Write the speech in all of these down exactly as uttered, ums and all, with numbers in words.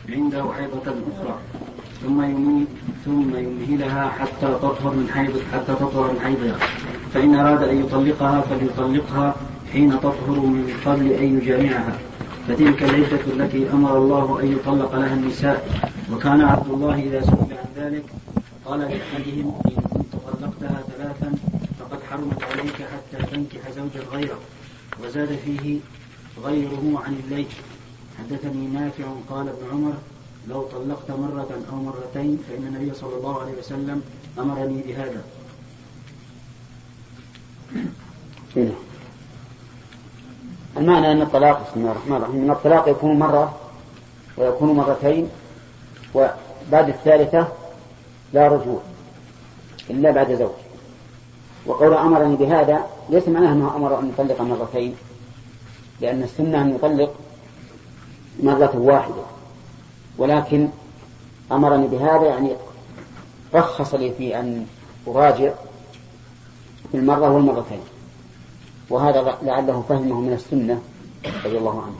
عنده حيضة أخرى ثم يمهل ثم يمهلها حتى تطهر من حيض حتى تطهر من حيضها، فإن أراد أن يطلقها فليطلقها حين تطهر من قبل أن يجامعها، فتلك العدة التي أمر الله أن يطلق لها النساء. وكان عبد الله إذا سئل عن ذلك قال لأحدهم: إن كنت طلقتها ثلاثا فقد حرمت عليك حتى تنكح زوجا غيره. وزاد فيه غيره عن الليث: حدثني نافع قال ابن عمر: لو طلقت مرة أو مرتين فإن النبي صلى الله عليه وسلم أمرني بهذا. المعنى أن الطلاق بسم الله الرحمن الرحيم من الطلاق يكون مرة ويكون مرتين، وبعد الثالثة لا رجوع إلا بعد زوج. وقول أمرني بهذا ليس معناه أنه أمر أن يطلق مرتين، لأن السنة أن يطلق مرة واحدة، ولكن أمرني بهذا يعني رخص لي في أن أراجع في المرة والمرتين، وهذا لعله فهمه من السنة رضي الله عنه.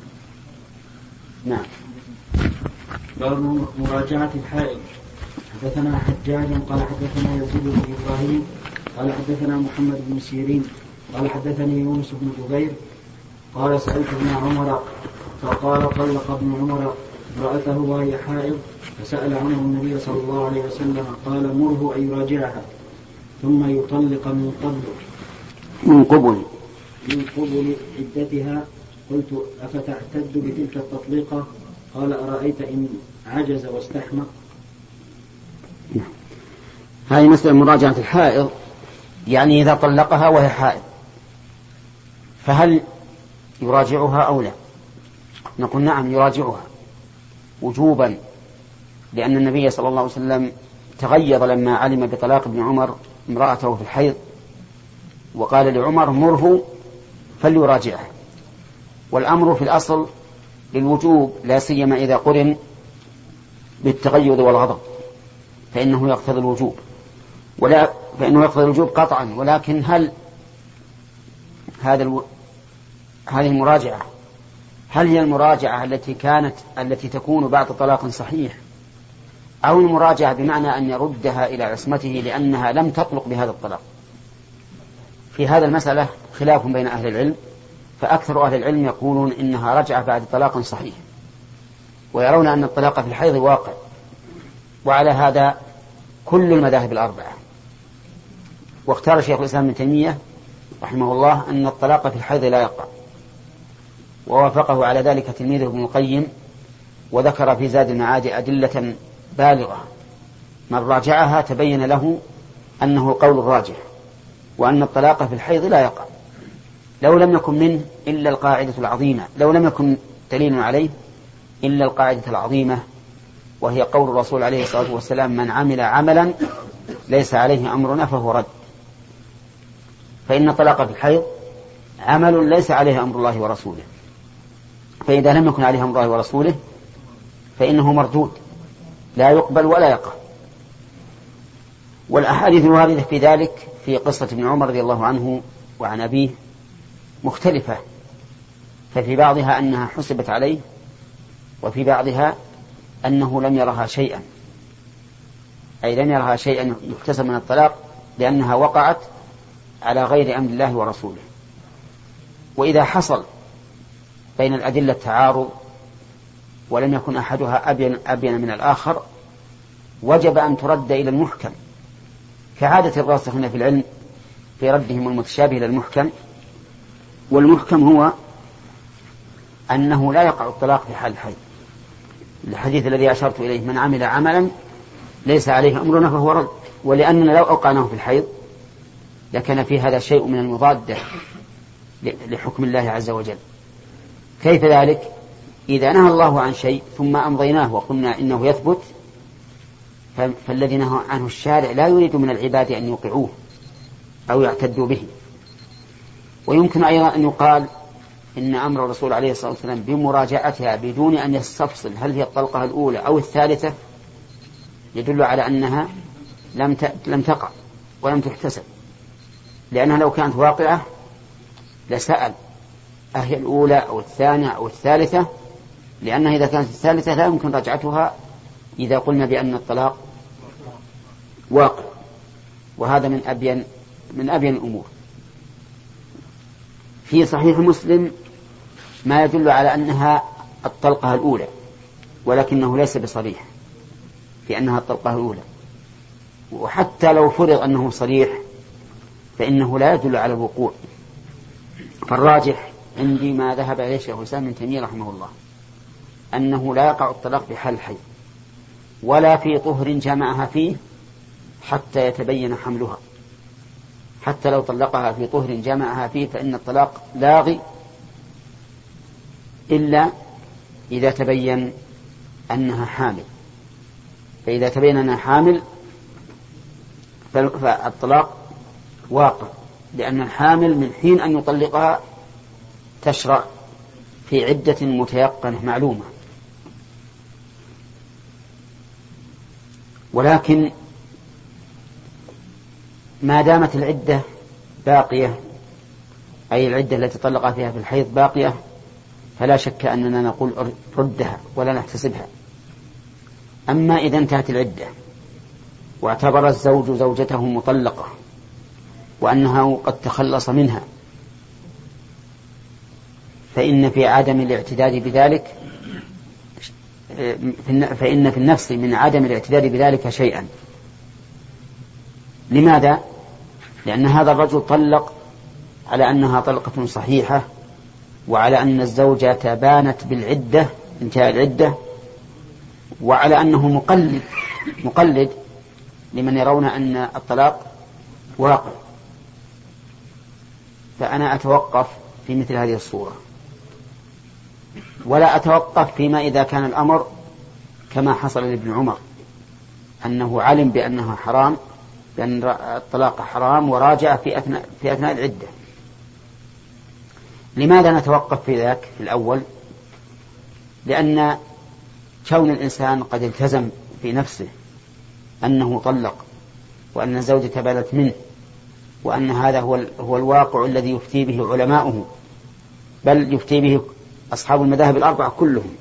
نعم. باب مراجعة الحائض. حدثنا حجاج قال حدثنا يزيد بن إبراهيم قال حدثنا محمد بن سيرين قال حدثني يونس بن جبير قال سألت ابن عمر فقال: طلق ابن عمر امرأته وهي حائض، فسأل عنه النبي صلى الله عليه وسلم قال: مره أن يراجعها ثم يطلق من قبل من قبل من قبل عدتها. قلت: أفتعتد بتلك التطليقة؟ قال: أرأيت إن عجز واستحمى. هذه مسألة مراجعة الحائض، يعني إذا طلقها وهي حائض فهل يراجعها أو لا؟ نقول نعم يراجعها وجوبا، لأن النبي صلى الله عليه وسلم تغيظ لما علم بطلاق ابن عمر امرأته في الحيض، وقال لعمر: مره فليراجعها. والأمر في الأصل للوجوب، لا سيما إذا قرن بالتغيظ والغضب فإنه يقتضي الوجوب، ولا فإنه يقتضي الوجوب قطعا. ولكن هل هذا الو... هذه المراجعة هل هي المراجعة التي كانت التي تكون بعد طلاق صحيح، أو المراجعة بمعنى أن يردها إلى عصمته لأنها لم تطلق بهذا الطلاق؟ في هذا المسألة خلاف بين أهل العلم، فأكثر أهل العلم يقولون إنها رجعة بعد طلاق صحيح، ويرون أن الطلاق في الحيض واقع، وعلى هذا كل المذاهب الأربعة. واختار شيخ الإسلام ابن تيمية رحمه الله أن الطلاق في الحيض لا يقع، ووافقه على ذلك تلميذه ابن القيم، وذكر في زاد المعاد أدلة بالغة. من راجعها تبين له أنه قول الراجح، وأن الطلاق في الحيض لا يقع، لو لم يكن منه إلا القاعدة العظيمة، لو لم يكن دليل عليه إلا القاعدة العظيمة، وهي قول الرسول عليه الصلاة والسلام: من عمل عملا ليس عليه أمرنا فهو رد. فإن الطلاق في الحيض عمل ليس عليه أمر الله ورسوله، فإذا لم يكن عليه أمر الله ورسوله فإنه مردود لا يقبل ولا يقع. والأحاديث الواردة في ذلك في قصة ابن عمر رضي الله عنه وعن أبيه مختلفة، ففي بعضها أنها حسبت عليه، وفي بعضها أنه لم يرها شيئا، أي لم يرها شيئا يحتسب من الطلاق لأنها وقعت على غير أمر الله ورسوله. وإذا حصل بين الأدلة تعارض ولم يكن أحدها أبين, أبين من الآخر وجب أن ترد إلى المحكم، كعادة الراسخين في العلم في ردهم المتشابه إلى المحكم. والمحكم هو أنه لا يقع الطلاق في حال الحيض، الحديث الذي أشرت إليه: من عمل عملا ليس عليه أمرنا فهو رد. ولأننا لو أوقعناه في الحيض لكان في هذا شيء من المضادة لحكم الله عز وجل. كيف ذلك؟ إذا نهى الله عن شيء ثم أمضيناه وقلنا إنه يثبت، فالذي نهى عنه الشارع لا يريد من العباد أن يوقعوه أو يعتدوا به. ويمكن أيضا أن يقال إن أمر الرسول عليه الصلاة والسلام بمراجعتها بدون أن يستفصل هل هي الطلقة الأولى أو الثالثة يدل على أنها لم لم تقع ولم تحتسب، لأنها لو كانت واقعة لسأل أهي الأولى أو الثانية أو الثالثة لأنها إذا كانت الثالثة لا يمكن رجعتها إذا قلنا بأن الطلاق واقع، وهذا من أبين من أبين الأمور. في صحيح مسلم ما يدل على أنها الطلقة الأولى، ولكنه ليس بصريح في أنها الطلقة الأولى، وحتى لو فرض أنه صريح فإنه لا يدل على الوقوع. فالراجح عندي ما ذهب إليه شيخ الإسلام ابن تيمية رحمه الله أنه لا يقع الطلاق بحال الحي ولا في طهر جمعها فيه حتى يتبين حملها. حتى لو طلقها في طهر جمعها فيه فإن الطلاق لاغي إلا إذا تبين أنها حامل، فإذا تبين أنها حامل فالطلاق واقع، لأن الحامل من حين أن يطلقها تشرع في عدة متيقنة معلومة. ولكن ما دامت العدة باقية، أي العدة التي طلق فيها في الحيض باقية، فلا شك أننا نقول ردها ولا نحتسبها. أما إذا انتهت العدة واعتبر الزوج زوجته مطلقة وأنه قد تخلص منها، فإن في عدم الاعتداد بذلك فإن في النفس من عدم الاعتداد بذلك شيئا. لماذا؟ لأن هذا الرجل طلق على أنها طلقة صحيحة، وعلى أن الزوجة بانت بالعدة انتهاء العدة، وعلى أنه مقلد مقلد لمن يرون أن الطلاق واقع. فأنا أتوقف في مثل هذه الصورة، ولا أتوقف فيما إذا كان الأمر كما حصل لابن عمر أنه علم بأنها حرام، لأن الطلاق حرام وراجع في أثناء, في أثناء العدة. لماذا نتوقف في ذاك في الأول؟ لأن كون الإنسان قد التزم في نفسه أنه طلق وأن الزوجة بانت منه، وأن هذا هو, هو الواقع الذي يفتي به علماؤه، بل يفتي به أصحاب المذاهب الأربعة كلهم،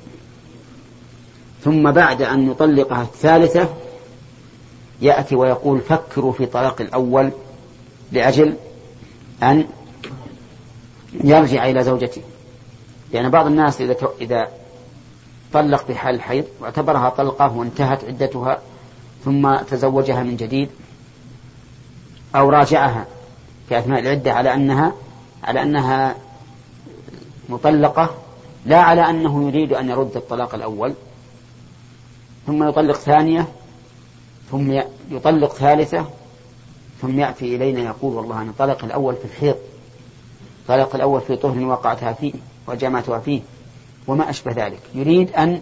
ثم بعد أن يطلقها الثالثة يأتي ويقول فكروا في طلاق الأول لأجل أن يرجع إلى زوجته. يعني بعض الناس إذا إذا طلق في حال الحيض واعتبرها طلقة وانتهت عدتها ثم تزوجها من جديد أو راجعها في أثناء العدة على أنها على أنها مطلقة، لا على أنه يريد أن يرد الطلاق الأول، ثم يطلق ثانية، ثم يطلق ثالثة، ثم يأتي إلينا يقول والله أنا طلق الأول في الحيض، طلق الأول في طهر وقعتها فيه وجمعتها فيه وما أشبه ذلك. يريد أن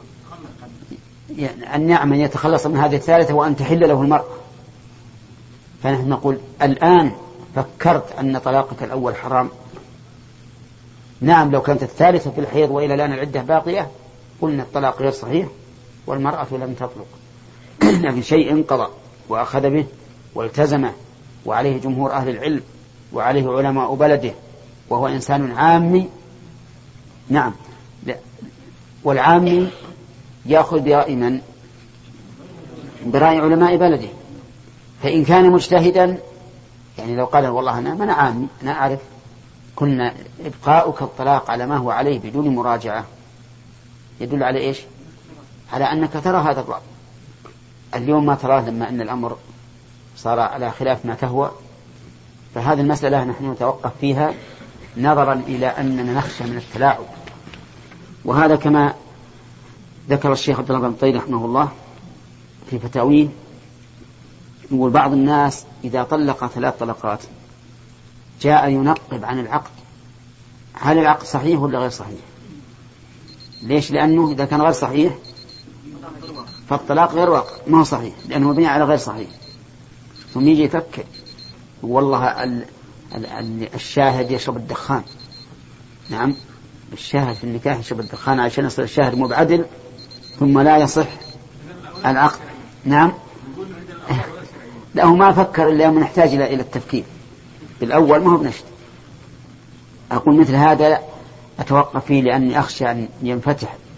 أن يعمل يتخلص من هذه الثالثة وأن تحل له المرأة. فنحن نقول الآن فكرت أن طلاقك الأول حرام؟ نعم، لو كانت الثالثة في الحيض وإلى الآن العدة باقية قلنا الطلاق غير صحيح والمرأة لم تطلق. لكن شيء انقضى وأخذ به والتزمه، وعليه جمهور أهل العلم وعليه علماء بلده، وهو إنسان عامي. نعم، والعامي يأخذ برأي من؟ برأي علماء بلده. فإن كان مجتهدا، يعني لو قال والله أنا من عامي أنا أعرف، كنا إبقاؤك الطلاق على ما هو عليه بدون مراجعة يدل على إيش؟ على أنك ترى هذا الرأي. اليوم ما تراه لما أن الأمر صار على خلاف ما تهوى. فهذه المسألة نحن نتوقف فيها نظرا إلى أننا نخشى من التلاعب. وهذا كما ذكر الشيخ عبد الله بن طيب رحمه الله في فتاويه، يقول بعض الناس إذا طلق ثلاث طلقات جاء ينقب عن العقد، هل العقد صحيح ولا غير صحيح؟ ليش؟ لأنه إذا كان غير صحيح فالطلاق غير واقع، ما هو صحيح لأنه مبني على غير صحيح. ثم يجي يفكر والله ال ال ال الشاهد يشرب الدخان. نعم، الشاهد في النكاح يشرب الدخان عشان يصير الشاهد مو بعدل ثم لا يصح العقد. نعم، لا هو ما فكر إلا يوم نحتاج إلى التفكير بالأول، ما هو بنشد. أقول مثل هذا أتوقف فيه لأني أخشى أن ينفتح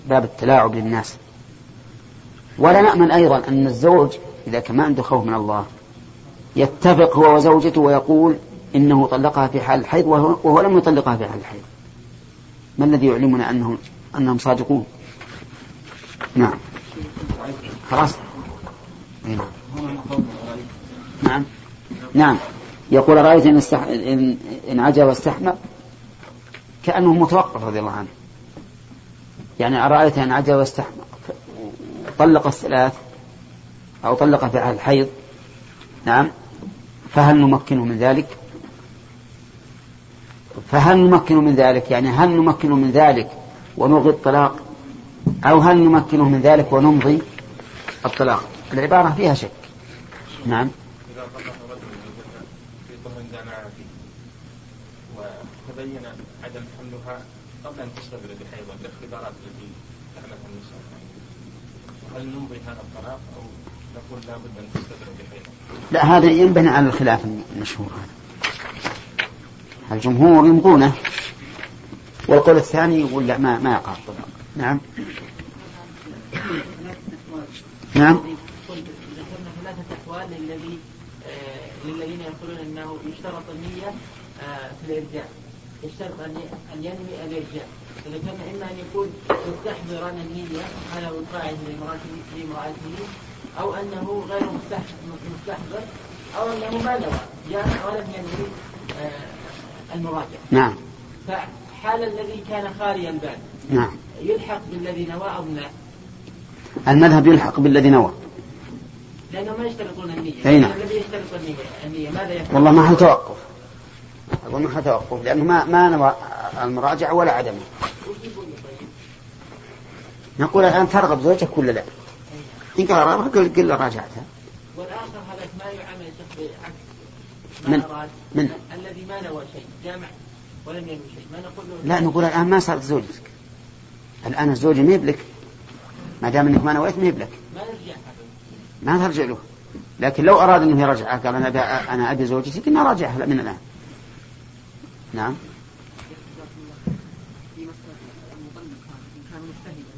باب التلاعب للناس. ولا نأمن أيضا أن الزوج إذا كان عنده خوف من الله يتفق هو وزوجته ويقول إنه طلقها في حال الحيض وهو لم يطلقها في حال الحيض. ما الذي يعلمنا أنهم, أنهم صادقون؟ نعم خلاص. نعم نعم يقول رأيت إن, استح... إن... إن عجى واستحمى كأنه متوقف رضي الله عنه. يعني رأيت إن عجى واستحمى طلق الثلاث أو طلق في حال الحيض، نعم، فهل نمكنه من ذلك؟ فهل نمكنه من ذلك يعني هل نمكنه من ذلك ونلغي الطلاق، أو هل نمكنه من ذلك ونمضي الطلاق؟ العبارة فيها شك. نعم. إذا طلق رجل في طهر جامع فيه وتبين عدم حملها قبل أن تستبرد بحيضا بالاختبارات التي تعملها النساء، هل نمضي هذا الطلاق أو نقول لا بد أن تستبرد بحيضا؟ لا، هذا ينبني على الخلاف المشهور. الجمهور يمضونه، والقول الثاني يقول لا ما ما يقع الطلاق. نعم نعم. ذكرنا ثلاثة أحوال للذي آه للذين يقولون أنه يشترط النية آه في الإرجاع، يشترط أن ينوي الإرجاع. فذكرنا إما أن يكون مستحضرا النية على وقاعه لامرأته، أو أنه غير مستحضر، أو أنه ما نوى جاء ولم ينوي آه المراجعة. نعم. فحال الذي كان خالي البال نعم يلحق بالذي نوى أو لا؟ المذهب يلحق بالذي نوى، لأنه ما يشترطون النية. نعم. الذي يشترط النية, النية ماذا يفعل؟ والله ما حتوقف، أقول ما حتوقف، لأنه ما ما نوى المراجعة ولا عدمه. نقول الآن ترغب زوجك ولا لا؟ إن قال رغبها قل راجعتها. والآخر هذا ما يعمل بعكس من ما أراد من الذي ما نوى شيء جامع ولم ينوي شيء، ما نقول له لا، نقول الآن ما صارت زوجك، الآن الزوج ما يبلك، ما دام انك ما نويت ما يبلك، ما نرجع ما ترجع له. لكن لو أراد أنه يرجعها قال أنا أبي أنا أبي زوجتي كنا راجعها من الآن. نعم. في مسألة المطلق إن كان مجتهدا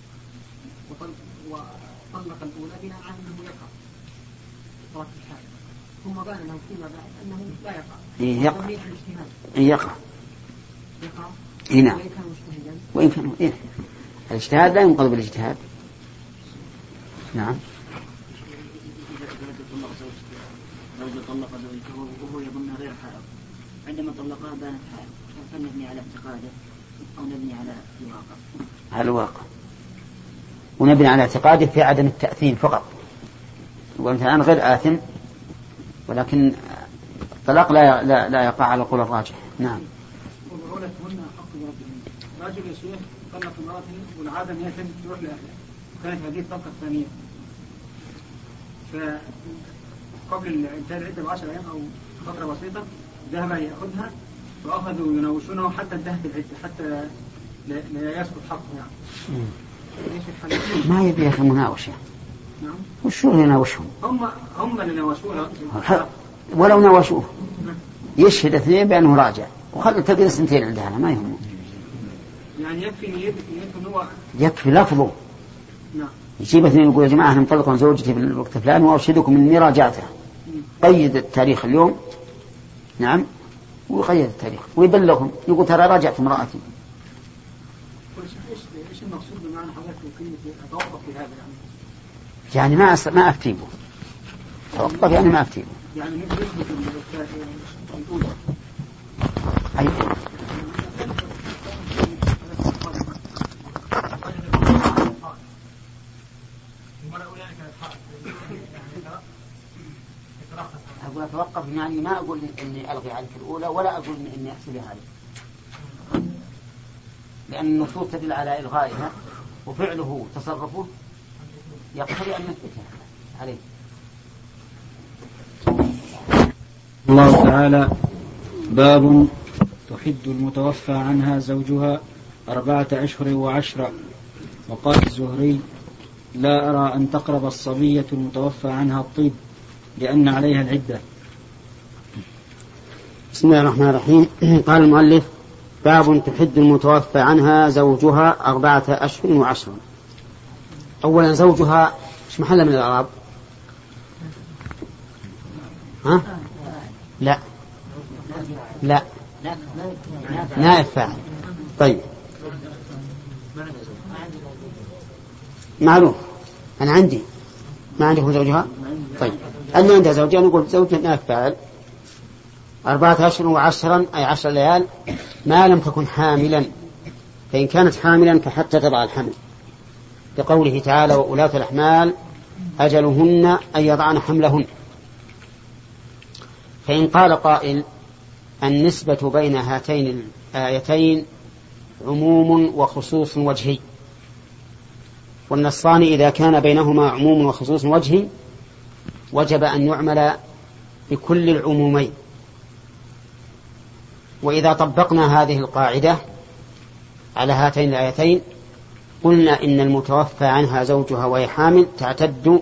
وطلق الأولى بناء على أنه يقع طلاق الحائض، ثم بان له فيما بعد أنه لا يقع. إيه يقع. الاجتهاد. إيه يقع. يقع. إيه نعم. وإن كان مجتهدا. وإن كان إيه. الاجتهاد لا ينقض بالاجتهاد. نعم. زوجة طلق زوجته وهو يظن غير حائض، عندما طلقها بانت حائض، فنبني على اعتقاده أو نبني على الواقع؟ على الواقع، ونبني على اعتقاده في عدم التأثيم فقط. وأنت الآن غير آثم، ولكن الطلاق لا لا لا يقع على القول الراجح. نعم. وبعولتهن حق بربهن. راجل يا شيخ طلق امرأته والعادة أن يتم تروح لأهله، وكانت هذه الطلقة الثانية، فقبل انتهاء العدة بعشر أيام أو فترة بسيطة ذهب يأخذها وأخذوا يناوشونه حتى انتهت العدة، حتى لا يسقط حقه يعني. ما يبي يا أخي مناوشة. نعم. وشو يناوشهم؟ هم هم اللي ناوشوه. ولو ناوشوه يشهد اثنين بأنه راجع وخلوا تقدر سنتين عندها ما يهمه. يعني يكفي نيته هو يكفي لفظه. نعم. يجيب اثنين يقول يا جماعة أنا مطلق زوجتي في الوقت الفلاني وأرشدكم إني راجعتها. قيد التاريخ اليوم. نعم. ويقيد التاريخ ويبلغهم يقول ترى راجعت امرأتي. ايش المقصود بمعنى حضرتك وكلمة اتوقف في هذا يعني؟ يعني ما أس... ما أفتيبه. توقف يعني ما أفتيبه. يعني نثبت الأولى. أي. أقول أتوقف يعني ما أقول إني ألغي عنك الأولى ولا أقول إني أحسبها عليك، لأن النصوص تدل على إلغائها وفعله وتصرفه يقتضي أن نثبتها عليه. الله تعالى باب تحد المتوفى عنها زوجها أربعة أشهر وعشرة. وقال الزهري لا أرى أن تقرب الصبية المتوفى عنها الطيب لأن عليها العدة. بسم الله الرحمن الرحيم. قال المؤلف باب تحد المتوفى عنها زوجها أربعة أشهر وعشرا. أولا زوجها مش محل من الأعراب؟ ها؟ لا لا نائب فاعل. طيب معلوم أنا عندي ما عندكم زوجها. طيب أنا عندها زوجها نقول زوجها نائب فاعل. أربعة أشهر وعشرا أي عشر ليال ما لم تكن حاملا، فإن كانت حاملا فحتى تضع الحمل، لقوله تعالى وأولاة الأحمال أجلهن أن يضعن حملهن. فإن قال قائل النسبة بين هاتين الآيتين عموم وخصوص وجهي، والنصان إذا كان بينهما عموم وخصوص وجهي وجب أن يعمل بكل العمومين. وإذا طبقنا هذه القاعدة على هاتين الآيتين قلنا إن المتوفى عنها زوجها وهي حامل تعتد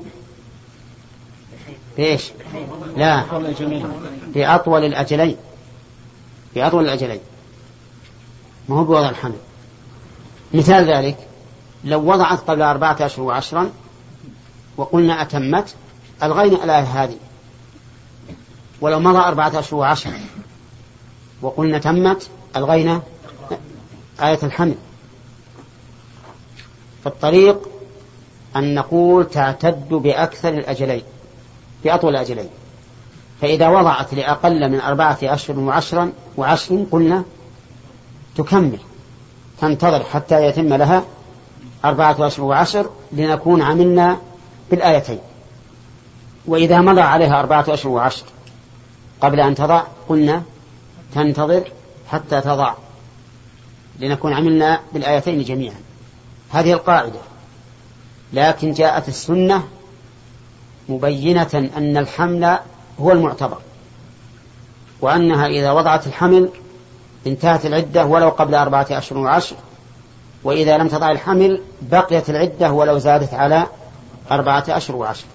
بإيش؟ لا، بأطول الأجلين، بأطول الأجلين، ما هو بوضع الحمل. مثال ذلك لو وضعت قبل أربعة أشهر وعشرا وقلنا أتمت ألغينا الآية هذه، ولو مضى أربعة أشهر وعشرا وقلنا تمت ألغينا آية الحمل. فالطريق أن نقول تعتد بأكثر الأجلين، بأطول الأجلين. فإذا وضعت لأقل من أربعة أشهر وعشرا وعشر قلنا تكمل، تنتظر حتى يتم لها أربعة أشهر وعشر لنكون عملنا بالآيتين. وإذا مضى عليها أربعة أشهر وعشر قبل أن تضع قلنا تنتظر حتى تضع لنكون عملنا بالآيتين جميعا. هذه القاعدة. لكن جاءت السنة مبينة أن الحمل هو المعتبر، وأنها إذا وضعت الحمل انتهت العدة ولو قبل أربعة أشهر وعشر، وإذا لم تضع الحمل بقيت العدة ولو زادت على أربعة أشهر وعشر.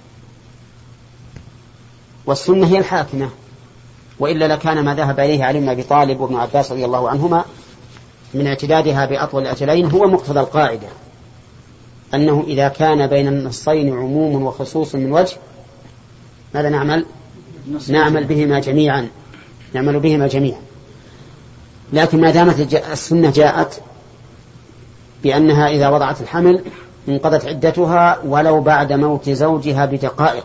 والسنة هي الحاكمة، وإلا لكان ما ذهب إليه علي بن أبي طالب وابن عباس رضي الله عنهما من اعتدادها بأطول الأجلين هو مقتضى القاعدة، أنه إذا كان بين النصين عموم وخصوص من وجه ماذا نعمل؟ نعمل بهما جميعا، نعمل بهما جميعا. لكن ما دامت السنة جاءت بأنها إذا وضعت الحمل انقضت عدتها ولو بعد موت زوجها بدقائق،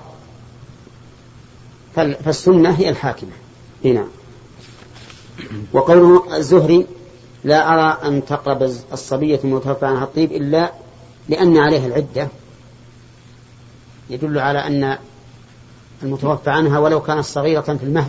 فالسنة هي الحاكمة هنا. وقوله الزهري لا أرى أن تقرب الصبية المتوفى عنها الطيب إلا لأن عليها العدة، يدل على أن المتوفى عنها ولو كانت صغيرة في المهد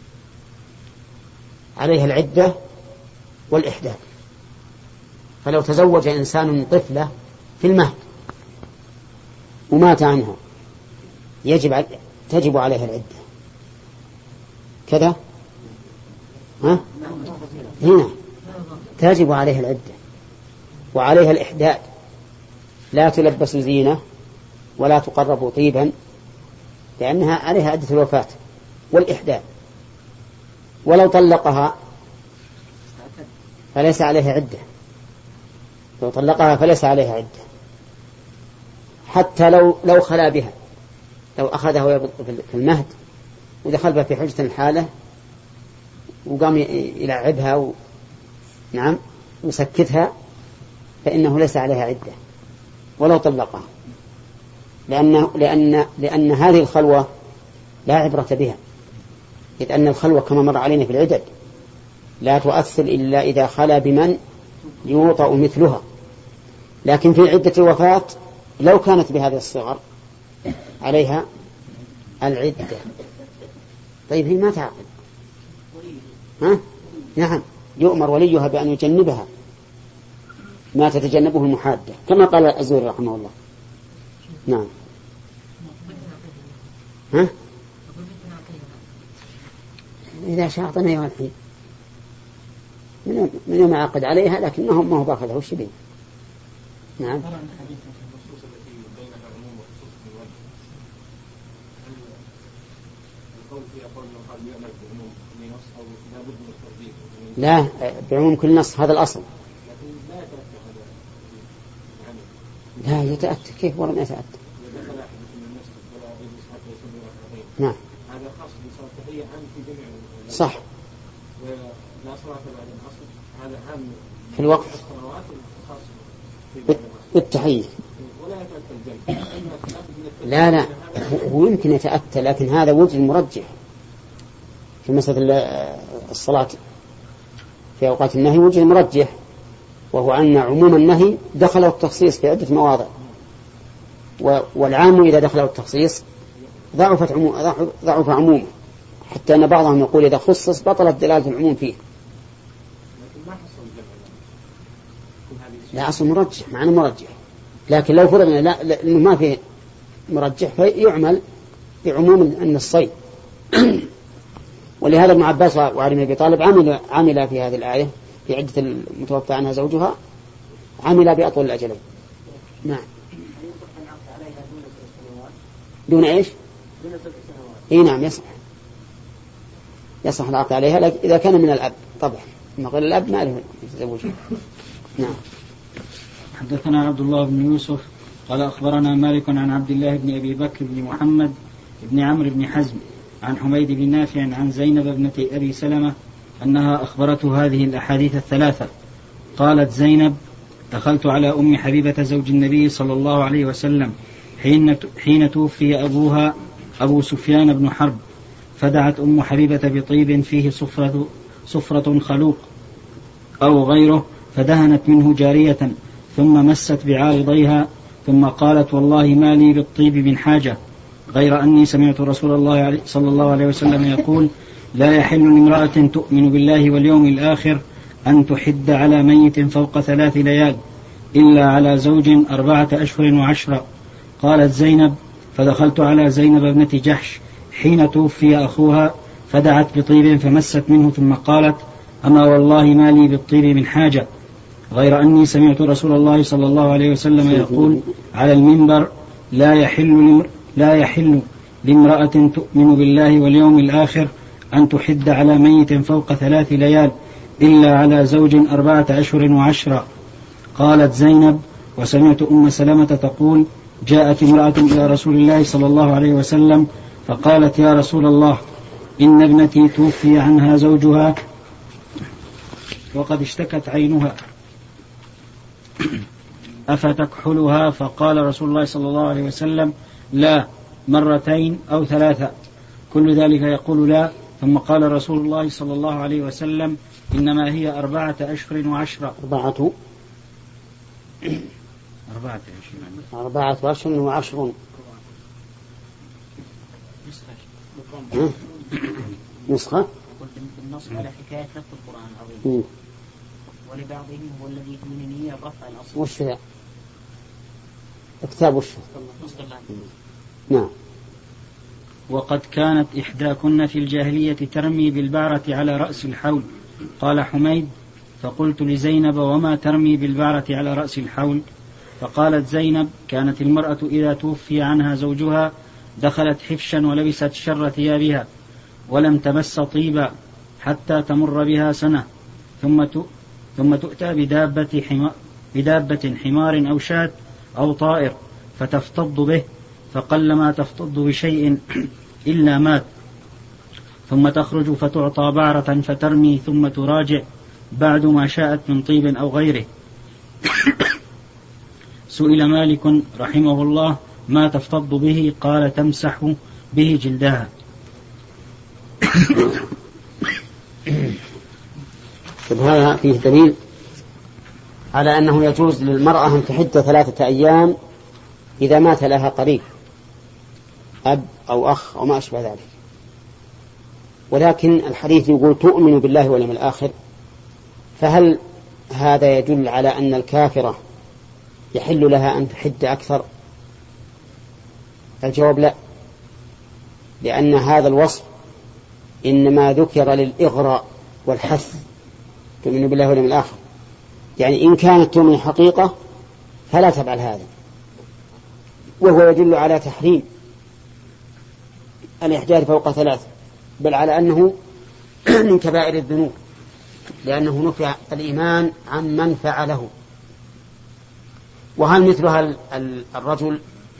عليها العدة والإحداث. فلو تزوج إنسان طفلة في المهد ومات عنها يجب تجب عليها العدة كذا، ها؟ هنا تجب عليها العدة وعليها الإحداث، لا تلبس زينة ولا تقرب طيبا لأنها عليها عدة الوفاة والإحداث. ولو طلقها فليس عليها عدة، لو طلقها فليس عليها عدة حتى لو لو خلا بها، لو أخذها في المهد ودخل بها في حجة الحالة وقام يلعبها و... نعم وسكتها فإنه ليس عليها عدة ولو طلقها، لأن لأن لأن هذه الخلوة لا عبرة بها، إذ أن الخلوة كما مر علينا في العدد لا تؤثر إلا إذا خلا بمن يوطأ مثلها. لكن في عدة الوفاة لو كانت بهذه الصغر عليها العدة. طيب هي ما تعقل، ها؟ نعم يؤمر وليها بأن يجنبها ما تتجنبه المحادة كما قال الزهري رحمه الله. نعم. ها؟ إذا شاء أعطنا أيها الحين من يوم عقد عليها، لكن ما هو ما هو باخذه الشبين. نعم. لا، بعموم كل نص، هذا الأصل. لا يتأتى، كيف والله ما يتأتى. نعم صح. في الوقت بالتحية لا لا هو يمكن يتأتى، لكن هذا وجه المرجح في مسألة الصلاة في أوقات النهي. وجه المرجح وهو أن عموم النهي دخله التخصيص في عدة مواضع، والعام إذا دخله التخصيص ضعفت عموم ضعف عمومه، حتى أن بعضهم يقول إذا خصص بطلت دلالة العموم فيه. لا أصل مرجح، معنى مرجح، لكن لو فرضنا لا لأنه ما فيه مرجح فيعمل بعموم النصين. ولهذا ابن عباس وعلي بن أبي طالب عمل عمل في هذه الآية في عدة المتوفى عنها زوجها، عمل بأطول الأجلين. نعم. دون إيش؟ إيه نعم يصح، يصح العقد عليها إذا كان من الأب طبعا، ما غير الأب ما له يتزوجها. نعم. حدثنا عبد الله بن يوسف قال أخبرنا مالك عن عبد الله بن أبي بكر بن محمد بن عمرو بن حزم عن حميد بن نافع عن زينب ابنة أبي سلمة أنها أخبرته هذه الأحاديث الثلاثة. قالت زينب: دخلت على أم حبيبة زوج النبي صلى الله عليه وسلم حين حين توفي أبوها أبو سفيان بن حرب، فدعت أم حبيبة بطيب فيه صفرة, صفرة خلوق أو غيره، فدهنت منه جارية ثم مست بعارضيها، ثم قالت: والله ما لي بالطيب من حاجة، غير أني سمعت رسول الله صلى الله عليه وسلم يقول: لا يحل لامرأة تؤمن بالله واليوم الآخر أن تحد على ميت فوق ثلاث ليال إلا على زوج أربعة أشهر وعشرة. قالت زينب: فدخلت على زينب ابنة جحش حين توفي أخوها، فدعت بطيب فمست منه، ثم قالت: أما والله ما لي بالطيب من حاجة، غير أني سمعت رسول الله صلى الله عليه وسلم يقول على المنبر: لا يحل لا يحل لامرأة تؤمن بالله واليوم الآخر أن تحد على ميت فوق ثلاث ليال إلا على زوج أربعة أشهر وعشرة. قالت زينب: وسمعت أم سلمة تقول: جاءت امرأة إلى رسول الله صلى الله عليه وسلم فقالت: يا رسول الله، إن ابنتي توفي عنها زوجها وقد اشتكت عينها أفتكحلها؟ فقال رسول الله صلى الله عليه وسلم: لا، مرتين أو ثلاثة. كل ذلك يقول لا. ثم قال رسول الله صلى الله عليه وسلم: إنما هي أربعة أشهر وعشرة. أربعة أربعة أشهر أربعة أشهر وعشر. نسخة بالنص على حكاية نص القرآن العظيم، ولبعضهم هو الذي يكون نية رفع الأصل. وش ذا؟ كتاب وش؟ نعم. وقد كانت إحداكن في الجاهلية ترمي بالبعرة على رأس الحول. قال حميد: فقلت لزينب: وما ترمي بالبعرة على رأس الحول؟ فقالت زينب: كانت المرأة إذا توفي عنها زوجها دخلت حفشا ولبست شر ثيابها ولم تمس طيبا حتى تمر بها سنة، ثم ثم تؤتى بدابة حمار, بدابة حمار أو شاة أو طائر فتفتض به، فقلما تفتض بشيء إلا مات، ثم تخرج فتعطى بعرة فترمي، ثم تراجع بعد ما شاءت من طيب أو غيره. سئل مالك رحمه الله: ما تفتض به؟ قال: تمسح به جلدها. هذا فيه دليل على أنه يجوز للمرأة أن تحد ثلاثة أيام إذا مات لها قريب، أب أو أخ أو ما أشبه ذلك. ولكن الحديث يقول: تؤمن بالله واليوم الآخر، فهل هذا يدل على أن الكافرة يحل لها أن تحد أكثر؟ الجواب لا، لأن هذا الوصف إنما ذكر للإغراء والحث، تؤمن بالله واليوم الآخر، يعني إن كانت تؤمن حقيقة فلا تفعل هذا، وهو يدل على تحريم الإحداث فوق ثلاث بل على أنه من كبائر الذنوب، لأنه نفع الإيمان عن من فعله. وهل مثلها الرجل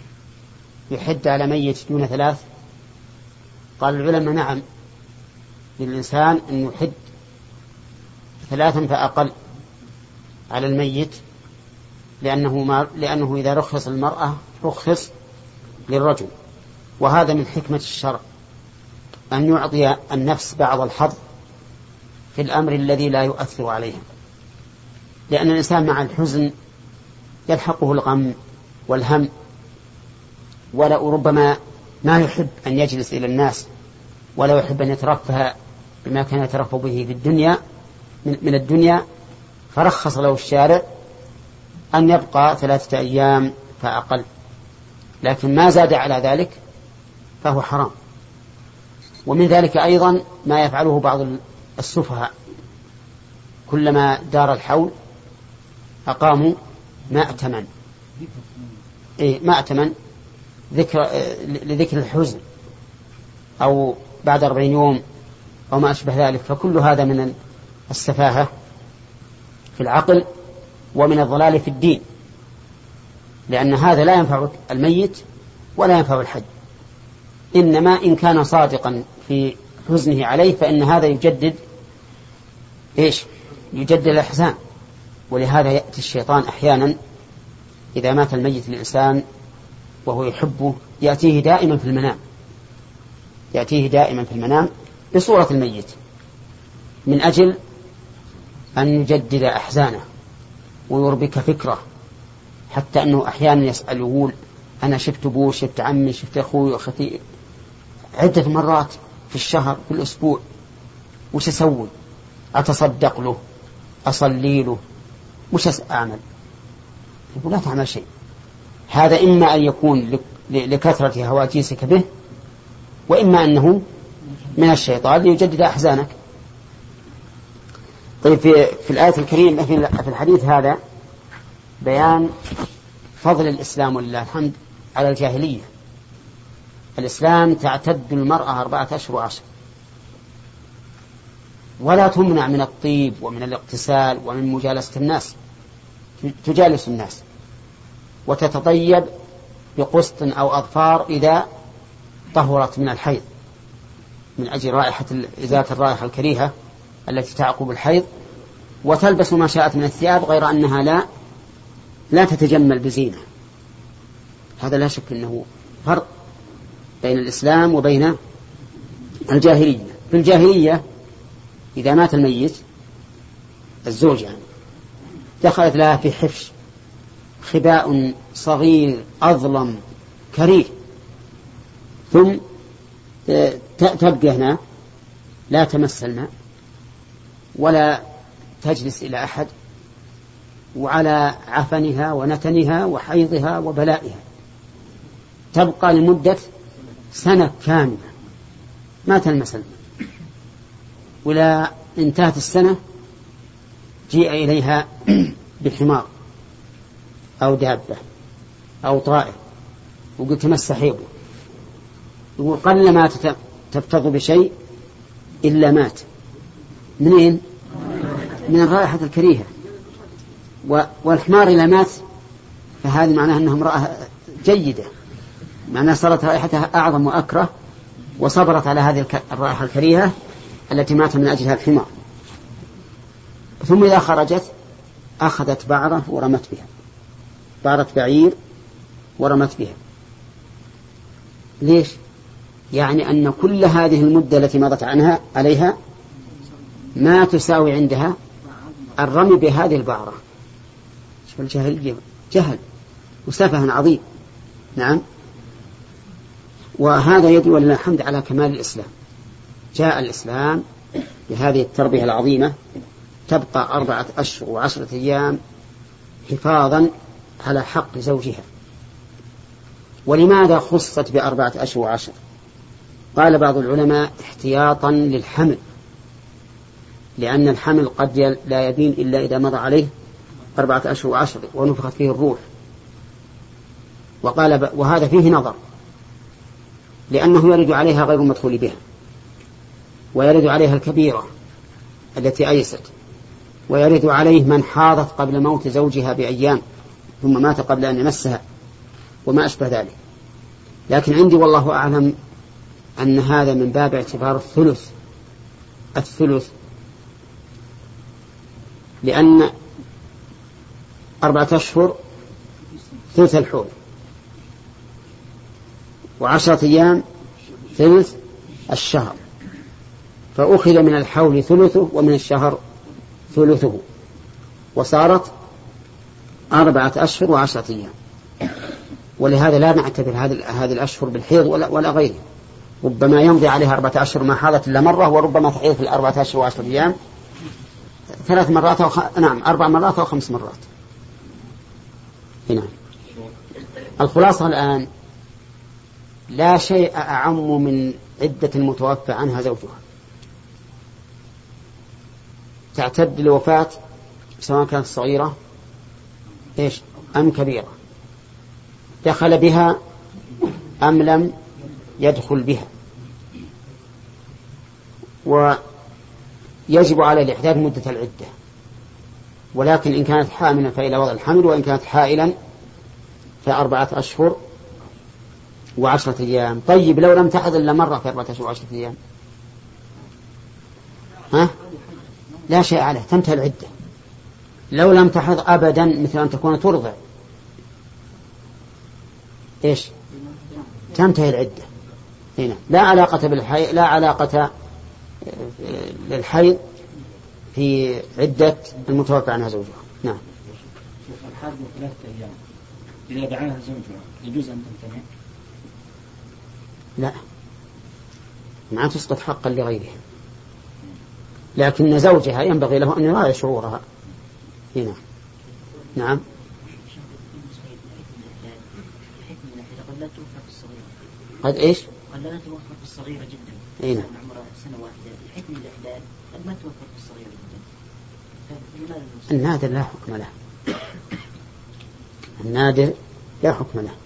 يحد على ميت دون ثلاث؟ قال العلماء نعم، للإنسان أن يحد ثلاثا فأقل على الميت، لأنه, ما لأنه إذا رخص المرأة رخص للرجل. وهذا من حكمة الشرع أن يعطي النفس بعض الحظ في الأمر الذي لا يؤثر عليها، لأن الإنسان مع الحزن يلحقه الغم والهم، ولا ربما ما يحب أن يجلس إلى الناس، ولا يحب أن يترفه بما كان يترفه به في الدنيا من الدنيا، فرخص له الشارع أن يبقى ثلاثة أيام فأقل، لكن ما زاد على ذلك فهو حرام. ومن ذلك أيضا ما يفعله بعض السفهاء، كلما دار الحول أقاموا مأتما إيه مأتما ذكر لذكر الحزن، أو بعد أربعين يوم أو ما أشبه ذلك. فكل هذا من السفاهة في العقل ومن الضلال في الدين، لأن هذا لا ينفع الميت ولا ينفع الحي، إنما إن كان صادقا في حزنه عليه فإن هذا يجدد إيش؟ يجدد الأحزان. ولهذا يأتي الشيطان أحيانا إذا مات الميت الإنسان وهو يحبه، يأتيه دائما في المنام يأتيه دائما في المنام بصورة الميت، من أجل أن يجدد أحزانه ويربك فكره، حتى أنه أحيانا يسأل يقول أنا شفت أبوه، شفت عمي، شفت أخوي وأختي عدة مرات في الشهر في الأسبوع، وش أسوي؟ أتصدق له؟ أصلي له؟ وش أعمل؟ يقول لا تعمل شيء. هذا إما أن يكون لكثرة هواجيسك به، وإما أنه من الشيطان ليجدد أحزانك. طيب في, في الآية الكريمة في الحديث هذا بيان فضل الإسلام ولله الحمد على الجاهلية. الإسلام تعتد المرأة أربعة أشهر وعشر، ولا تمنع من الطيب ومن الاغتسال ومن مجالسة الناس، تجالس الناس وتتطيب بقسط أو أظفار إذا طهرت من الحيض، من أجل رائحة ذات الرائحة الكريهة التي تعقب الحيض، وتلبس ما شاءت من الثياب، غير أنها لا لا تتجمل بزينة. هذا لا شك أنه فرق بين الإسلام وبين الجاهلية. في الجاهلية إذا مات الميت الزوجة دخلت لها في حفش خباء صغير أظلم كريه، ثم تبقى هنا لا تمس الماء ولا تجلس إلى أحد، وعلى عفنها ونتنها وحيضها وبلائها تبقى لمدة سنة كاملة ما تلمس الماء. ولا انتهت السنة جيء إليها بحمار أو دابة أو طائر وقلت تمس حيضه، يقول قل ما تفتض بشيء إلا مات. منين؟ من الرائحة الكريهة. والحمار إلى مات فهذا معناه أنها امرأة جيدة، معناه صارت رائحتها أعظم وأكره، وصبرت على هذه الرائحة الكريهة التي مات من أجلها الحمار. ثم إذا خرجت أخذت بعرة ورمت بها، بعرة بعير ورمت بها. ليش؟ يعني أن كل هذه المدة التي مضت عنها عليها ما تساوي عندها الرمي بهذه البعرة. شوف الجهل، جهل وسفه عظيم. نعم. وهذا يدل ولله الحمد على كمال الإسلام. جاء الإسلام بهذه التربية العظيمة، تبقى أربعة أشهر وعشرة أيام حفاظا على حق زوجها. ولماذا خصت بأربعة أشهر وعشر؟ قال بعض العلماء احتياطا للحمل، لأن الحمل قد لا يبين إلا إذا مضى عليه أربعة أشهر وعشر ونفخت فيه الروح. وقال وهذا فيه نظر، لأنه يرد عليها غير المدخول بها، ويرد عليها الكبيرة التي أيست، ويرد عليه من حاضت قبل موت زوجها بأيام ثم مات قبل أن يمسها وما أشبه ذلك. لكن عندي والله أعلم أن هذا من باب اعتبار الثلث الثلث لأن أربعة أشهر ثلث الحول، وعشرة أيام ثلث الشهر، فأخذ من الحول ثلثه ومن الشهر ثلثه، وصارت أربعة أشهر وعشرة أيام. ولهذا لا نعتبر هذه الأشهر بالحيض ولا, ولا غيره، ربما يمضي عليها أربعة أشهر ما حاضت إلا مرة، وربما تحيض في الأربعة أشهر وعشرة أيام ثلاث مرات أو خ... نعم أربع مرات أو خمس مرات. هنا الخلاصة الآن لا شيء أعم من عدة المتوفى عنها زوجها، تعتد الوفاة سواء كانت صغيرة إيش أم كبيرة، دخل بها أم لم يدخل بها، ويجب على الإحداث مدة العدة، ولكن إن كانت حاملا فإلى وضع الحمل، وإن كانت حائلا فأربعة أشهر وعشرة أيام. طيب لو لم تحض إلا مرة في أربعة أشهر وعشرة أيام ها؟ لا شيء عليه، تنتهي العدة. لو لم تحض أبدا مثل أن تكون ترضع إيش تنتهي العدة هنا، لا علاقة بالحيض، لا علاقة للحيض في عدة المتوفى عنها زوجها. نعم. الحرب ثلاثة أيام إذا دعاها زوجها يجوز أن تمتنع؟ لا، ما تسقط حقا لغيرها، لكن زوجها ينبغي له أن يراعي شعورها هنا. نعم. قد إيش؟ قد لا توفر في الصغيرة جدا. أين؟ عمرها سنة واحدة الحكم الإحلال قد ما توفر في الصغيرة جدا. النادر لا حكم له. النادر لا حكم له.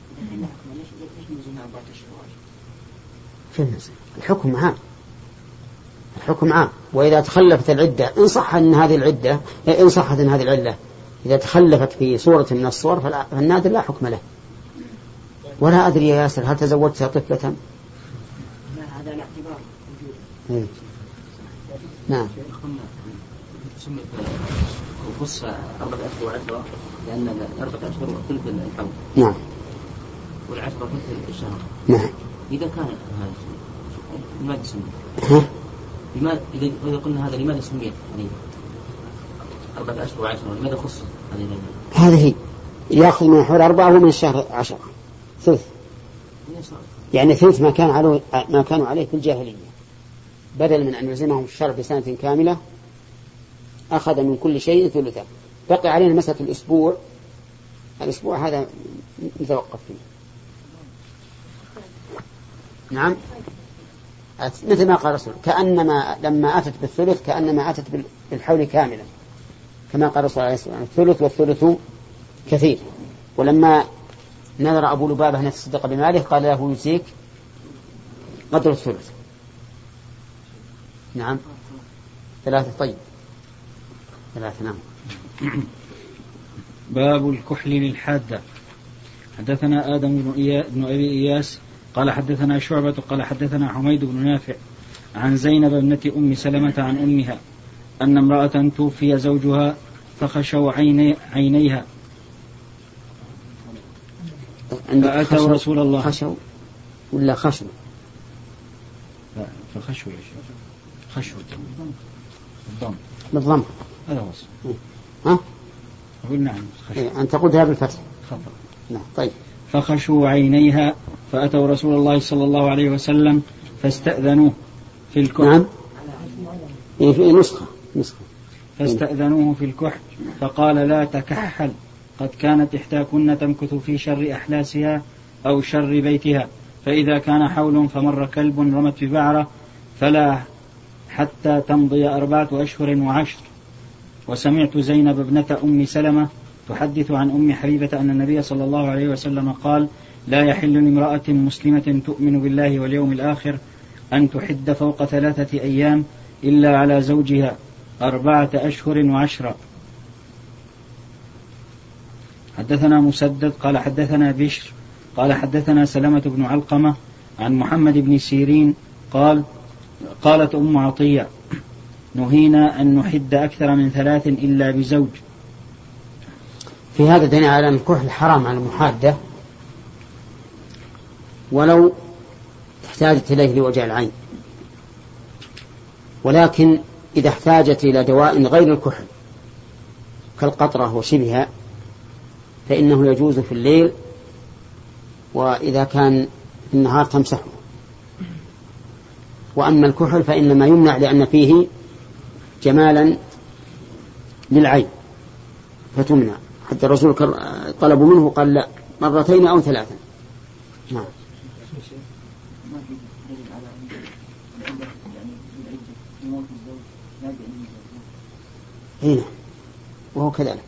في النزل الحكم عام، الحكم عام. وإذا تخلفت العدة إن صح أن هذه العدة إن صحت أن هذه العلة إذا تخلفت في صورة من الصور فالنادر لا حكم له. ولا أدري يا ياسر هل تزوجت طفلة؟ لا، هذا الاعتبار إيه. نعم. وخص أربعة أشهر وعشرة لأن أربعة أشهر ثلث الحول. نعم. والعشرة ثلث الشهر. نعم. إذا كان هذا لماذا سمي؟ ها؟ لماذا إذا قلنا هذا لماذا سميت يعني أربعة أشهر وعشرة لماذا خص هذه؟ هذه يأخذ من الحول أربعة ومن الشهر عشرة ثلث، يعني ثلث ما كان عليه ما كانوا عليه في الجاهلية، بدل من أن يلزمهم الشرع بسنة كاملة أخذ من كل شيء ثلثا. بقي علينا مسألة الأسبوع، الأسبوع هذا نتوقف فيه. نعم. مثل ما قال رسول كأنما لما أتت بالثلث كأنما أتت بالحول كاملا، كما قال رسول الله عليه وسلم الثلث والثلث كثير. ولما نذر أبو لبابة أن يتصدق بماله قال له يجزيك قدر الثلث. نعم. ثلاثة. طيب ثلاثة. نعم. باب الكحل للحادة. حدثنا آدم بن أبي إياس قال حدثنا شعبة قال حدثنا حميد بن نافع عن زينب ابنة أم سلمة عن أمها أن امرأة توفي زوجها فخشوا عيني عينيها فأتوا رسول الله. خشوا ولا خشوا؟ فخشوا خشوا الضم بالضم هذا هو. ها؟ أقول نعم. إيه أن تقولها بالفتح. خطأ. نعم. طيب. فخشوا عينيها فأتوا رسول الله صلى الله عليه وسلم فاستأذنوه في الكحل. نعم. إيه في نسخة نسخة. فاستأذنوه في الكحل فقال لا تكحل قد كانت إحداكن تمكث في شر أحلاسها أو شر بيتها، فإذا كان حول فمر كلب رمت ببعرة فلا حتى تمضي أربعة أشهر وعشر. وسمعت زينب ابنة أم سلمة تحدث عن أم حبيبة أن النبي صلى الله عليه وسلم قال لا يحل لامرأة مسلمة تؤمن بالله واليوم الآخر أن تحد فوق ثلاثة أيام إلا على زوجها أربعة أشهر وعشرة. حدثنا مسدد قال حدثنا بشر قال حدثنا سلمة بن علقمة عن محمد بن سيرين قال قالت أم عطية نهينا أن نحد أكثر من ثلاث إلا بزوج. في هذا دليل على أن الكحل حرام على المحادة ولو احتاجت إليه لوجع العين، ولكن إذا احتاجت إلى دواء غير الكحل كالقطرة وشبهها فإنه يجوز في الليل، وإذا كان في النهار تمسحه. وأما الكحل فإنما يمنع لأن فيه جمالا للعين فتمنع، حتى الرسول طلبوا منه قال لا مرتين أو ثلاثا. نعم. هنا وهو كذلك.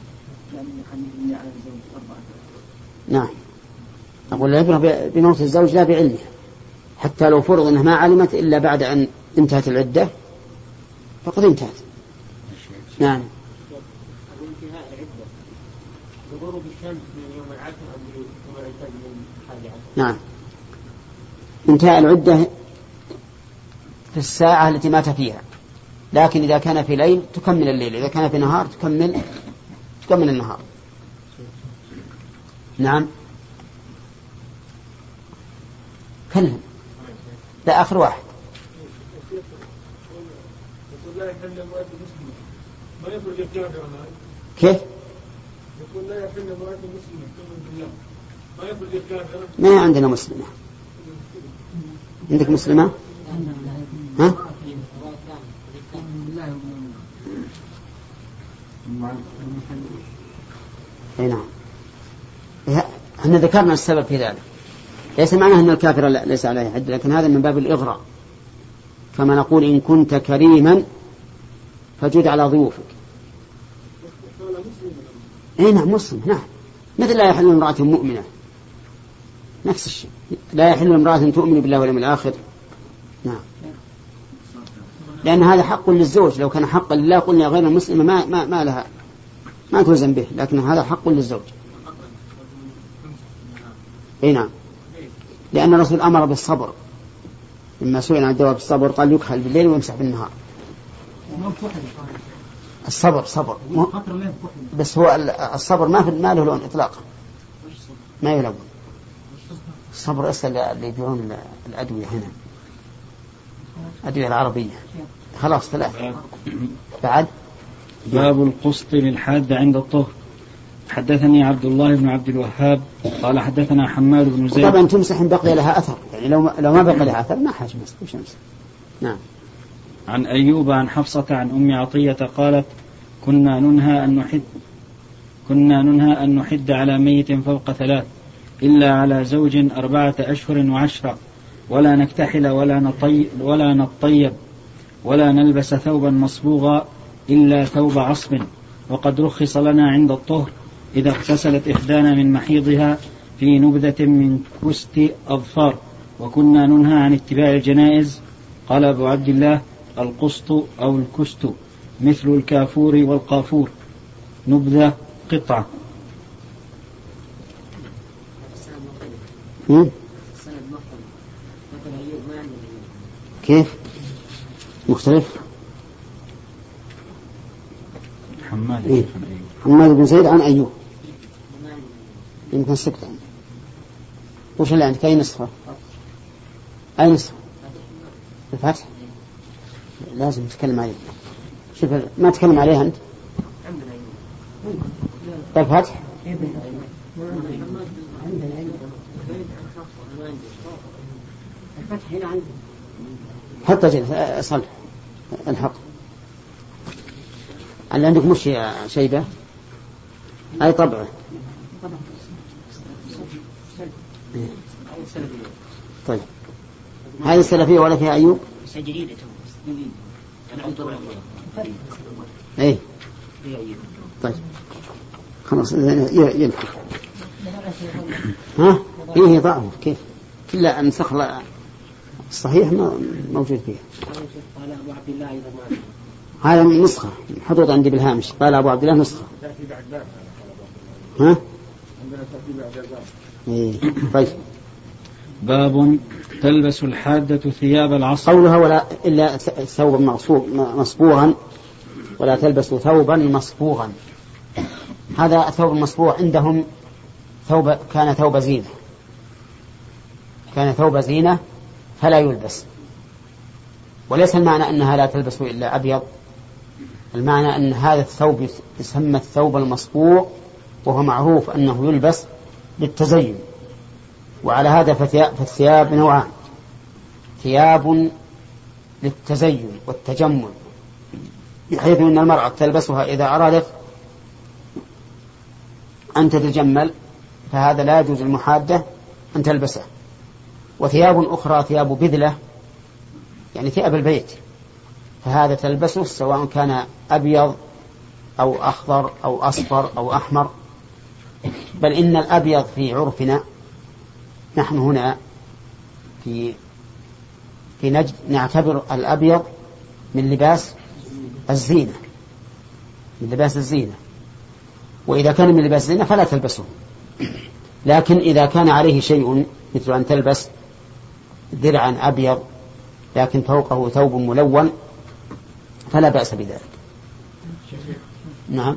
نعم. أقول العبرة بموت الزوج لا بعلمه، حتى لو فرض أنها ما علمت إلا بعد أن انتهت العدة فقد انتهت. نعم. انتهاء العدة بغروب الشمس من يوم العشر أو من يوم العشر من حادي عشر. نعم. انتهاء العدة في الساعة التي مات فيها، لكن إذا كان في ليل تكمل الليل، إذا كان في نهار تكمل تكمل النهار. نعم. كلم. لا آخر واحد. كيف؟ ما عندنا مسلمة. عندك مسلمة؟ ها؟ اي نعم. احنا ذكرنا السبب في ذلك، ليس معناه ان الكافر ليس عليه حد، لكن هذا من باب الإغراء، كما نقول إن كنت كريما فجد على ضيوفك. اي نعم مسلم. نعم. مثل لا يحل امرأة مؤمنة، نفس الشيء، لا يحل امرأة تؤمن بالله واليوم الآخر. نعم. لأن هذا حق للزوج، لو كان حقا لله قلنا غير المسلمة ما, ما, ما لها ما تلزم به، لكن هذا حق للزوج. اي نعم. لأن الرسول أمر بالصبر، لما سئل عن الدواء بالصبر قال يكحل بالليل ويمسح بالنهار. الصبر صبر بس هو الصبر ما في ما له لون إطلاقا، ما يلون. الصبر أسأل اللي يبيعون الأدوية هنا، الأدوية العربية. خلاص ثلاثة. بعد باب القسط للحاد عند الطهر. حدثني عبد الله بن عبد الوهاب قال حدثنا حماد بن زيد. طبعا تمسح إن بقي لها أثر، يعني لو لو ما بقي لها أثر ما حاجة مسح. نعم. عن أيوب عن حفصة عن أم عطية قالت كنا ننهى أن نحد كنا ننهى أن نحد على ميت فوق ثلاث إلا على زوج أربعة أشهر وعشرة، ولا نكتحل ولا نطي ولا نطيب ولا نلبس ثوبا مصبوغا إلا ثوب عصب. وقد رخص لنا عند الطهر إذا اغتسلت إحدانا من محيضها في نبذة من كست أظفار، وكنا ننهى عن اتباع الجنائز. قال أبو عبد الله القسط أو الكست مثل الكافور والقافور، نبذة قطعة. كيف مختلف؟ حماد إيه؟ حماد بن زيد عن أيوب يمكن سكت. وش اللي عندك؟ أي نسخة؟ أي نسخة؟ الفتح؟ لازم تتكلم عليه. شوف ما تتكلم عليها أنت. طيب فتح؟ الفتح هنا عندي. حط جل صلح الحق. اللي عندك مش شيبة أي طبعه. طيب هذه السلفية ولا فيها أيوب؟ جديدة. إيه. طيب خلاص يلحق. ها؟ إيه ضعه كيف؟ كلا أنسخ الصحيح موجود فيه. هذا نسخة حطوط عندي بالهامش. قال أبو عبد الله نسخة. ها؟ إيه. طيب. باب تلبس الحادة ثياب العصر. قولها ولا إلا ثوبا مصبوغا ولا تلبس ثوبا مصبوغا. هذا الثوب المصبوغ عندهم ثوب كان ثوب زينة كان ثوب زينة فلا يلبس. وليس المعنى أنها لا تلبس إلا أبيض. المعنى أن هذا الثوب يسمى الثوب المصبوغ وهو معروف أنه يلبس للتزين. وعلى هذا فالثياب نوعان: ثياب للتزين والتجمل، بحيث أن المرأة تلبسها إذا أرادت أن تتجمل، فهذا لا يجوز المحادة أن تلبسه. وثياب أخرى ثياب بذلة، يعني ثياب البيت، فهذا تلبسه سواء كان أبيض أو أخضر أو أصفر أو أحمر. بل إن الأبيض في عرفنا نحن هنا في في نجد نعتبر الأبيض من لباس الزينة من لباس الزينة وإذا كان من لباس الزينة فلا تلبسه. لكن إذا كان عليه شيء مثل أن تلبس درعا أبيض لكن فوقه ثوب ملون فلا بأس بذلك. نعم.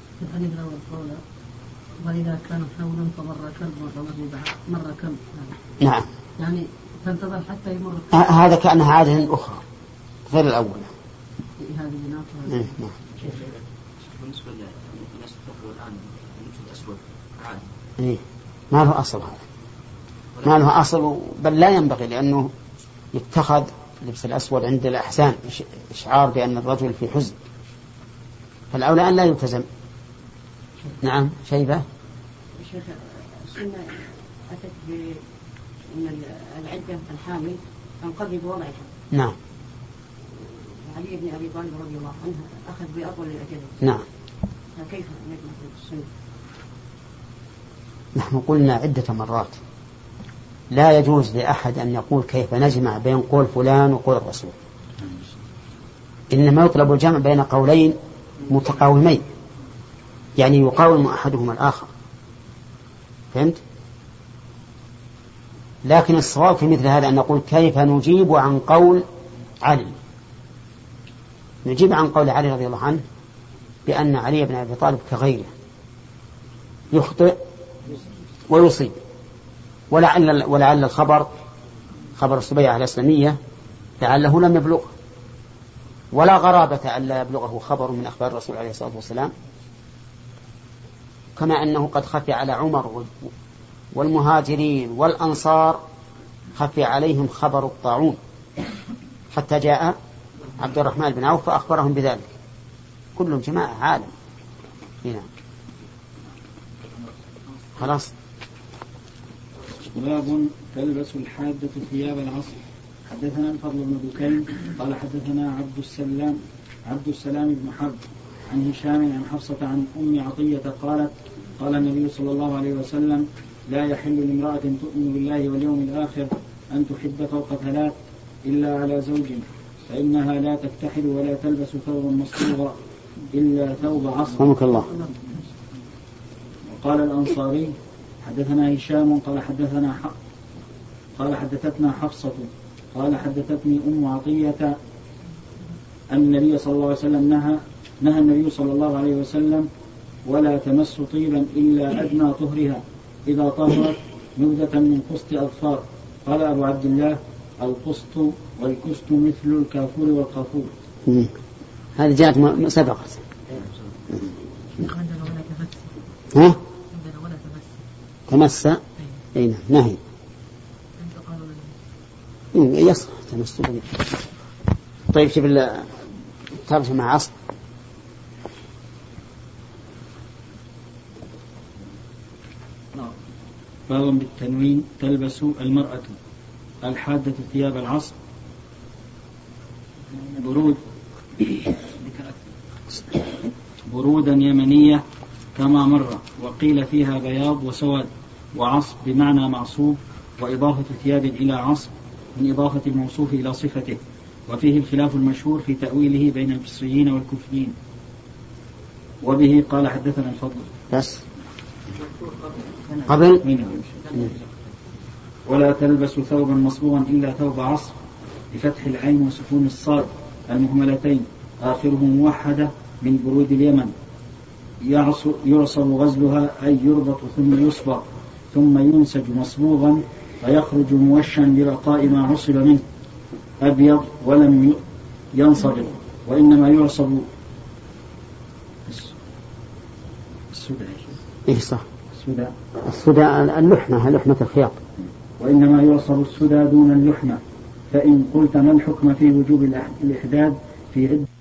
وإذا كان حولا فمر كلب مرة كلب. نعم. يعني تنتظر حتى يمر. هذا كأنها عادة أخرى غير الأول. هذه ناقصة. نعم. بالنسبة للناس تفعل الآن الوجود أسود عادي. إيه ما له أصل هذا. ما له أصل بل لا ينبغي، لأنه يتخذ لبس الأسود عند الأحزان إشعار بأن الرجل في حزن، فالأولى أن لا يلتزم. نعم. شيبة. شيخ السنة أتت بأن العدة الحامل تنقضي بوضعها. نعم. علي بن أبي طالب رضي الله عنه أخذ بأطول الأجل. نعم. فكيف نجمع السنة؟ نحن قلنا عدة مرات لا يجوز لأحد أن يقول كيف نجمع بين قول فلان وقول الرسول، إنما يطلب الجمع بين قولين متقاومين، يعني يقاوم أحدهما الآخر. فهمت؟ لكن الصواب في مثل هذا أن نقول كيف نجيب عن قول علي. نجيب عن قول علي رضي الله عنه بأن علي بن أبي طالب كغيره يخطئ ويصيب، ولعل, ولعل الخبر خبر السبيعة الإسلامية لعله لم يبلغ، ولا غرابة أن لا يبلغه خبر من أخبار الرسول عليه الصلاة والسلام، كما أنه قد خفي على عمر والمهاجرين والأنصار خفي عليهم خبر الطاعون حتى جاء عبد الرحمن بن عوف فأخبرهم بذلك. كلهم جماعة عالم. هنا خلاص. باب تلبس الحادة ثياب العصر. حدثنا الفضل بن دكين قال حدثنا عبد السلام عبد السلام بن حرب عن هشام عن حفصة عن أم عطية قالت قال النبي صلى الله عليه وسلم لا يحل لامرأة تؤمن بالله واليوم الآخر أن تحد فوق ثلاث إلا على زوج، فإنها لا تكتحل ولا تلبس ثوبا مصبوغا إلا ثوب عصر. رحمك الله. وقال الأنصاري حدثنا هشام قال حدثنا حق قال حدثتنا حفصة قال حدثتني أم عطية أن النبي صلى الله عليه وسلم نهى نهى النبي صلى الله عليه وسلم ولا تمس طيبا إلا أدنى طهرها إذا طهرت نبذة من قسط أظفار. قال أبو عبد الله القسط والكسط مثل الكافور والقافور. هذه جاءت سبقت. ها؟ تمس أين نهي يصح تمس. طيب شوف الترجمة مع عصر. باب بالتنوين تلبس المرأة الحادة ثياب العصر برود برودا يمنية كما مر، وقيل فيها بياض وسواد، وعصب بمعنى معصوب، وإضافة ثياب إلى عصب من إضافة الموصوف إلى صفته، وفيه الخلاف المشهور في تأويله بين البصريين والكوفيين. وبه قال حدثنا الفضل. بس قبل ولا تلبس ثوبا مصبوغا إلا ثوب عصر بفتح العين وسكون الصاد المهملتين آخره موحدة من برود اليمن يعصب غزلها أي يربط ثم يصبغ ثم ينسج مصبوغا فيخرج موشا برقاء ما عصب منه أبيض ولم ينصبغ، وإنما يعصب السدى. إيه صح، السدى السدى اللحمة لحمة الخياط. وإنما يعصب السدى دون اللحمة. فإن قلت ما الحكم في وجوب الإحداد في عدة